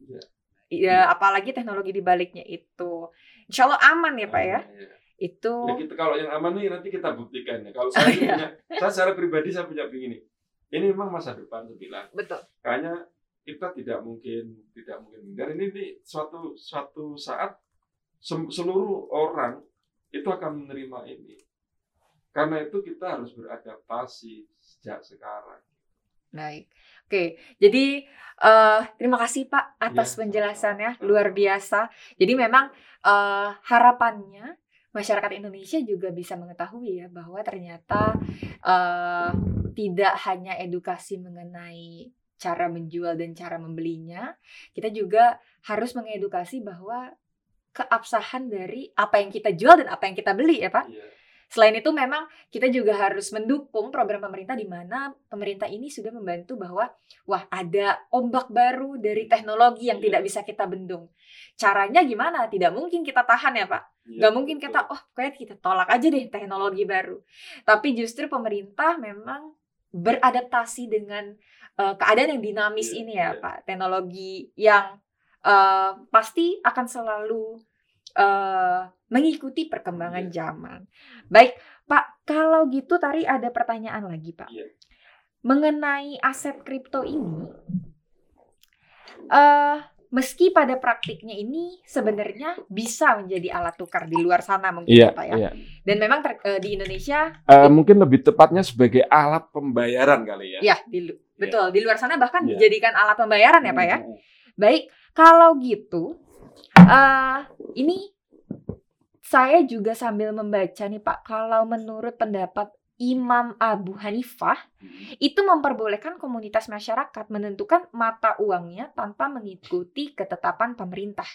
ya apalagi teknologi di baliknya itu insya Allah aman ya Pak ya. Itu ya kita kalau yang aman nih nanti kita buktikan ya. Kalau saya saya secara pribadi saya punya begini, ini memang masa depan saya bilang. Betul. Kayaknya kita tidak mungkin dan ini suatu saat seluruh orang itu akan menerima ini. Karena itu kita harus beradaptasi sejak sekarang. Baik. Oke, jadi terima kasih Pak atas penjelasannya, luar biasa. Jadi memang harapannya masyarakat Indonesia juga bisa mengetahui ya bahwa ternyata tidak hanya edukasi mengenai cara menjual dan cara membelinya, kita juga harus mengedukasi bahwa keabsahan dari apa yang kita jual dan apa yang kita beli ya Pak. Selain itu memang kita juga harus mendukung program pemerintah di mana pemerintah ini sudah membantu bahwa wah ada ombak baru dari teknologi yang tidak bisa kita bendung. Caranya gimana? Tidak mungkin kita tahan ya Pak. Gak mungkin kita kayak kita tolak aja deh teknologi baru. Tapi justru pemerintah memang beradaptasi dengan keadaan yang dinamis ini ya Pak. Teknologi yang pasti akan selalu mengikuti perkembangan zaman. Baik, Pak, kalau gitu tadi ada pertanyaan lagi, Pak. Mengenai aset kripto ini, meski pada praktiknya ini sebenarnya bisa menjadi alat tukar di luar sana mungkin ya, Pak ya. Dan memang di Indonesia mungkin lebih tepatnya sebagai alat pembayaran kali ya. Ya, betul. Di luar sana bahkan dijadikan alat pembayaran ya, Pak ya. Baik, kalau gitu ini saya juga sambil membaca nih Pak, kalau menurut pendapat Imam Abu Hanifah, itu memperbolehkan komunitas masyarakat menentukan mata uangnya tanpa mengikuti ketetapan pemerintah.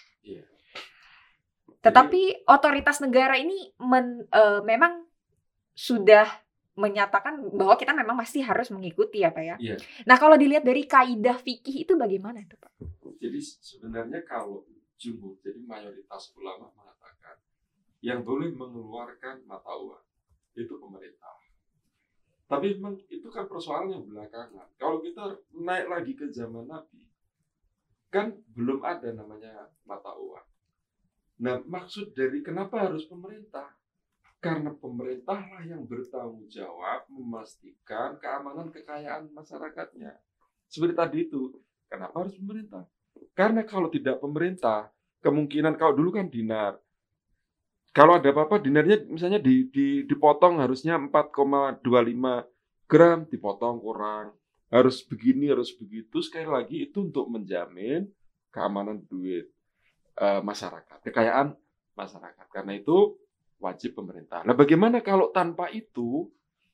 Tetapi otoritas negara ini memang sudah menyatakan bahwa kita memang masih harus mengikuti ya Pak ya. Nah kalau dilihat dari kaidah fikih itu bagaimana itu Pak? Jadi sebenarnya kalau jumhur, jadi mayoritas ulama mengatakan yang boleh mengeluarkan mata uang itu pemerintah. Tapi memang itu kan persoalannya belakangan. Kalau kita naik lagi ke zaman Nabi, kan belum ada namanya mata uang. Nah, maksud dari kenapa harus pemerintah? Karena pemerintahlah yang bertanggung jawab memastikan keamanan kekayaan masyarakatnya. Seperti tadi itu, kenapa harus pemerintah? Karena kalau tidak pemerintah, kemungkinan kalau dulu kan dinar. Kalau ada apa-apa dinarnya misalnya dipotong harusnya 4,25 gram, dipotong kurang. Harus begini, harus begitu. Sekali lagi itu untuk menjamin keamanan duit masyarakat, kekayaan masyarakat. Karena itu wajib pemerintah. Nah, bagaimana kalau tanpa itu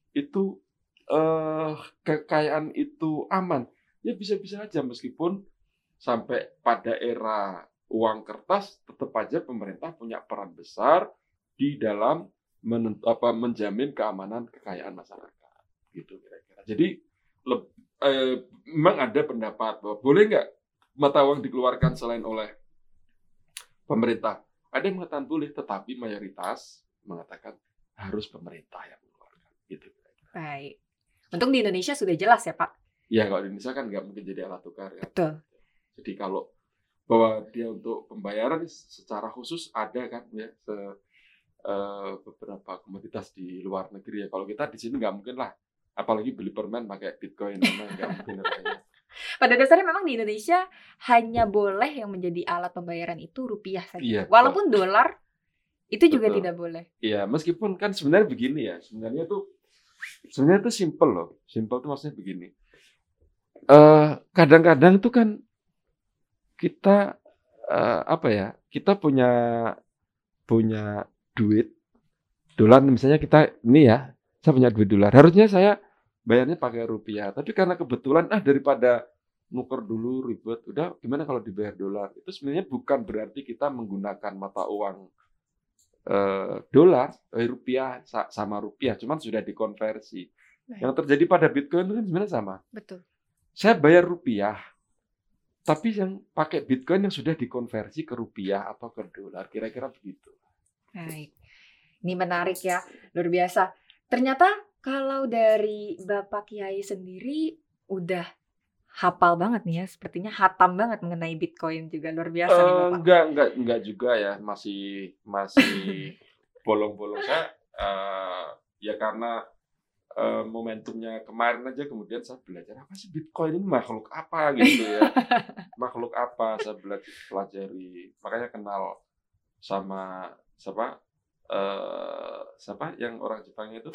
kekayaan itu aman? Ya bisa-bisa aja meskipun sampai pada era uang kertas tetap aja pemerintah punya peran besar di dalam menjamin keamanan kekayaan masyarakat, gitu kira-kira. Jadi memang ada pendapat bahwa boleh nggak mata uang dikeluarkan selain oleh pemerintah. Ada yang mengatakan boleh, tetapi mayoritas mengatakan harus pemerintah yang mengeluarkan. Gitu. Baik. Untung di Indonesia sudah jelas ya Pak. Ya kalau di Indonesia kan nggak mungkin jadi alat tukar. Ya. Betul. Jadi kalau bahwa dia untuk pembayaran secara khusus ada kan ya beberapa komoditas di luar negeri ya. Kalau kita di sini nggak mungkin lah. Apalagi beli permen pakai Bitcoin, memang nggak mungkin. Pada dasarnya memang di Indonesia hanya boleh yang menjadi alat pembayaran itu rupiah saja. Iya, walaupun dolar itu juga betul. tidak boleh. Iya, meskipun kan sebenarnya begini ya. Sebenarnya tuh simple loh. Simple tuh maksudnya begini. Kadang-kadang tuh kan kita kita punya duit dolar, misalnya kita ini ya, saya punya duit dolar. Harusnya saya bayarnya pakai rupiah, tapi karena kebetulan daripada nuker dulu ribet, udah gimana kalau dibayar dolar. Itu sebenarnya bukan berarti kita menggunakan mata uang dolar, rupiah sama rupiah, cuman sudah dikonversi. Baik. Yang terjadi pada Bitcoin itu kan sebenarnya sama. Betul. Saya bayar rupiah, tapi yang pakai Bitcoin yang sudah dikonversi ke rupiah atau ke dolar, kira-kira begitu. Baik, ini menarik ya, luar biasa. Ternyata kalau dari Bapak Kiai sendiri udah hafal banget nih ya, sepertinya hatam banget mengenai Bitcoin juga, luar biasa nih Bapak. Enggak juga ya, masih bolong-bolong. Saya ya karena momentumnya kemarin aja, kemudian saya belajar apa sih Bitcoin ini, makhluk apa gitu ya. Makhluk apa, saya pelajari. Makanya kenal sama siapa yang orang Jepang itu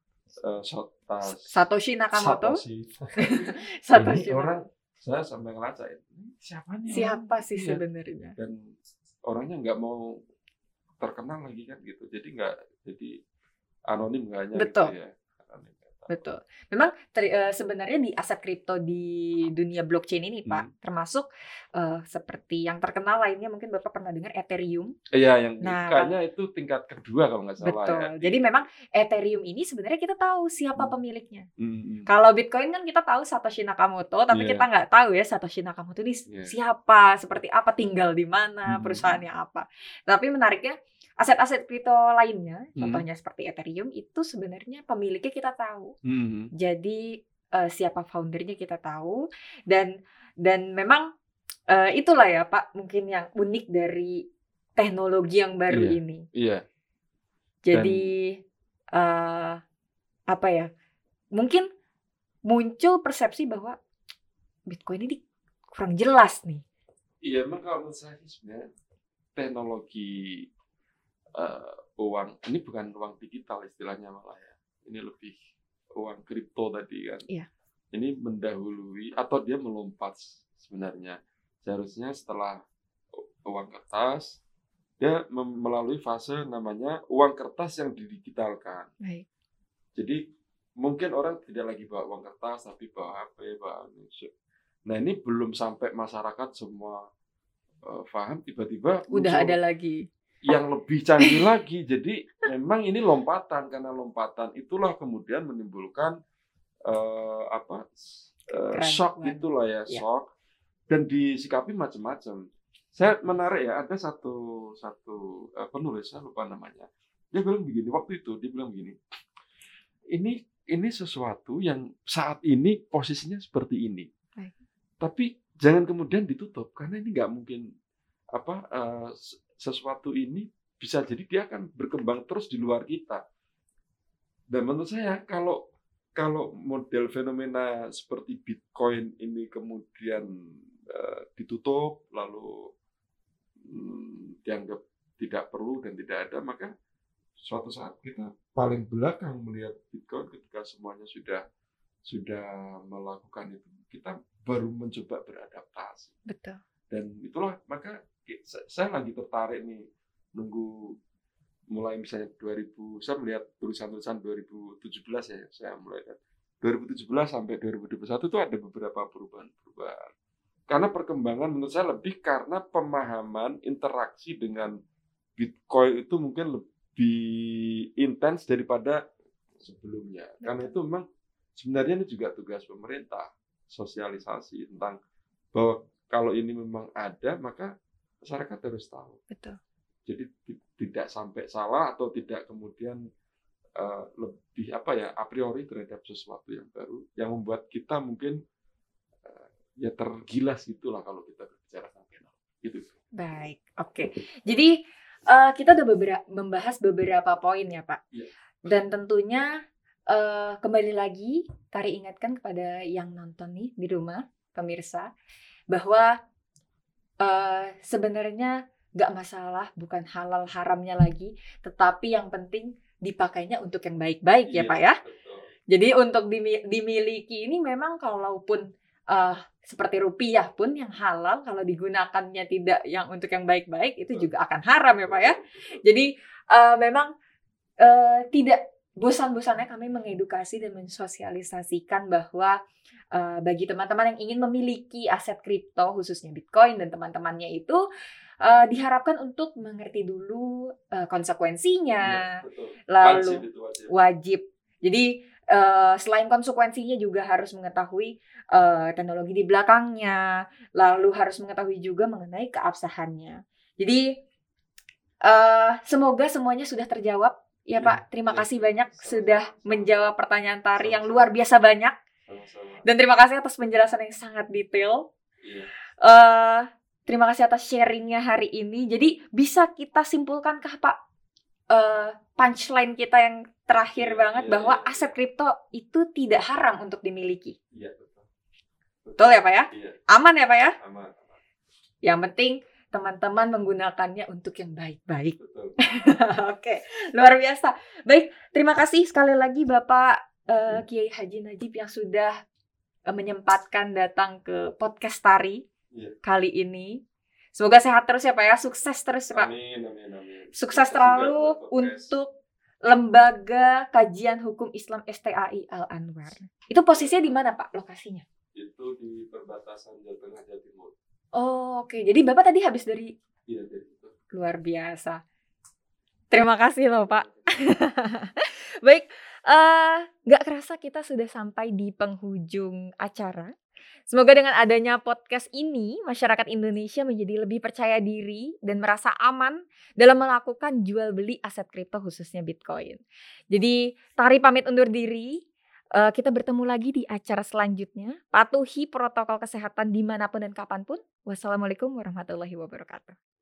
Satoshi Nakamoto. Satoshi orang, saya sampai ngelacain siapa sih sebenarnya, dan orangnya nggak mau terkenal lagi kan gitu, jadi anonim nggak hanya. Betul. Gitu ya. Betul. Memang sebenarnya di aset kripto di dunia blockchain ini Pak, termasuk seperti yang terkenal lainnya, mungkin Bapak pernah dengar Ethereum. Iya, yang kayaknya itu tingkat kedua kalau nggak salah. Betul. Ya. Jadi memang Ethereum ini sebenarnya kita tahu siapa pemiliknya. Kalau Bitcoin kan kita tahu Satoshi Nakamoto, tapi kita nggak tahu ya Satoshi Nakamoto ini siapa, seperti apa, tinggal di mana, perusahaannya apa. Tapi menariknya aset-aset kripto lainnya, contohnya seperti Ethereum, itu sebenarnya pemiliknya kita tahu. Jadi siapa foundernya kita tahu, dan memang itulah ya Pak, mungkin yang unik dari teknologi yang baru ini. Iya. Jadi apa ya? Mungkin muncul persepsi bahwa Bitcoin ini kurang jelas nih. Iya, memang kalau menurut saya sebenarnya teknologi uang ini bukan uang digital istilahnya malah ya. Ini lebih uang kripto tadi kan. Iya. Ini mendahului atau dia melompat sebenarnya. Seharusnya setelah uang kertas, dia melalui fase namanya uang kertas yang didigitalkan. Baik. Jadi mungkin orang tidak lagi bawa uang kertas, tapi bawa HP, bawa Nah ini belum sampai masyarakat semua paham, tiba-tiba udah ada lagi yang lebih canggih lagi. Jadi memang ini lompatan, karena lompatan itulah kemudian menimbulkan shock gitulah ya, shock, dan disikapi macam-macam. Saya menarik ya, ada satu penulis, saya lupa namanya. Dia bilang begini, waktu itu dia bilang begini, ini ini sesuatu yang saat ini posisinya seperti ini. Baik. Tapi jangan kemudian ditutup karena ini nggak mungkin sesuatu ini bisa jadi dia akan berkembang terus di luar kita. Dan menurut saya kalau model fenomena seperti Bitcoin ini kemudian ditutup lalu dianggap tidak perlu dan tidak ada, maka suatu saat kita paling belakang melihat Bitcoin ketika semuanya sudah melakukan itu, kita baru mencoba beradaptasi. Betul. Dan itulah maka saya lagi tertarik nih nunggu mulai misalnya saya melihat tulisan-tulisan 2017 ya, saya mulai kan 2017 sampai 2021 itu ada beberapa perubahan. Karena perkembangan menurut saya lebih karena pemahaman interaksi dengan Bitcoin itu mungkin lebih intens daripada sebelumnya. Karena itu memang sebenarnya ini juga tugas pemerintah, sosialisasi tentang bahwa kalau ini memang ada, maka masyarakat harus tahu. Betul. Jadi tidak sampai salah atau tidak kemudian lebih a priori terhadap sesuatu yang baru yang membuat kita mungkin ya tergilas gitulah kalau kita berbicara tentang teknologi gitu. Baik, oke. Jadi kita udah membahas beberapa poin ya Pak. Iya. Dan tentunya kembali lagi Tari ingatkan kepada yang nonton nih di rumah, pemirsa, bahwa sebenarnya gak masalah, bukan halal haramnya lagi, tetapi yang penting dipakainya untuk yang baik-baik ya Pak ya. Betul. Jadi untuk dimiliki ini memang kalaupun seperti rupiah pun yang halal, kalau digunakannya tidak yang untuk yang baik-baik itu juga akan haram ya Pak ya. Jadi memang tidak bosan-bosannya kami mengedukasi dan mensosialisasikan bahwa bagi teman-teman yang ingin memiliki aset kripto khususnya Bitcoin dan teman-temannya itu diharapkan untuk mengerti dulu konsekuensinya, lalu wajib. Jadi selain konsekuensinya juga harus mengetahui teknologi di belakangnya, lalu harus mengetahui juga mengenai keabsahannya. Jadi semoga semuanya sudah terjawab ya Pak. Terima kasih banyak sudah menjawab pertanyaan Tari yang luar biasa banyak. Dan terima kasih atas penjelasan yang sangat detail. Terima kasih atas sharingnya hari ini. Jadi bisa kita simpulkankah Pak punchline kita yang terakhir banget bahwa aset kripto itu tidak haram untuk dimiliki? Iya, betul. Betul ya Pak ya? Iya. Aman ya Pak ya? Aman. Yang penting teman-teman menggunakannya untuk yang baik-baik. Betul. Oke, luar biasa. Baik, terima kasih sekali lagi Bapak Kiai Haji Najib yang sudah menyempatkan datang ke podcast Tari kali ini. Semoga sehat terus ya Pak ya, sukses terus Pak. Amin. Sukses terlalu untuk Lembaga Kajian Hukum Islam STAI Al-Anwar. Itu posisinya di mana Pak lokasinya? Itu di perbatasan Jawa Tengah Jawa Timur. Oh, oke. Jadi Bapak tadi habis dari dari itu. Luar biasa. Terima kasih loh Pak. Baik, gak kerasa kita sudah sampai di penghujung acara. Semoga dengan adanya podcast ini, masyarakat Indonesia menjadi lebih percaya diri dan merasa aman dalam melakukan jual beli aset kripto khususnya Bitcoin. Jadi Tari pamit undur diri. Kita bertemu lagi di acara selanjutnya. Patuhi protokol kesehatan dimanapun dan kapanpun. Wassalamualaikum warahmatullahi wabarakatuh.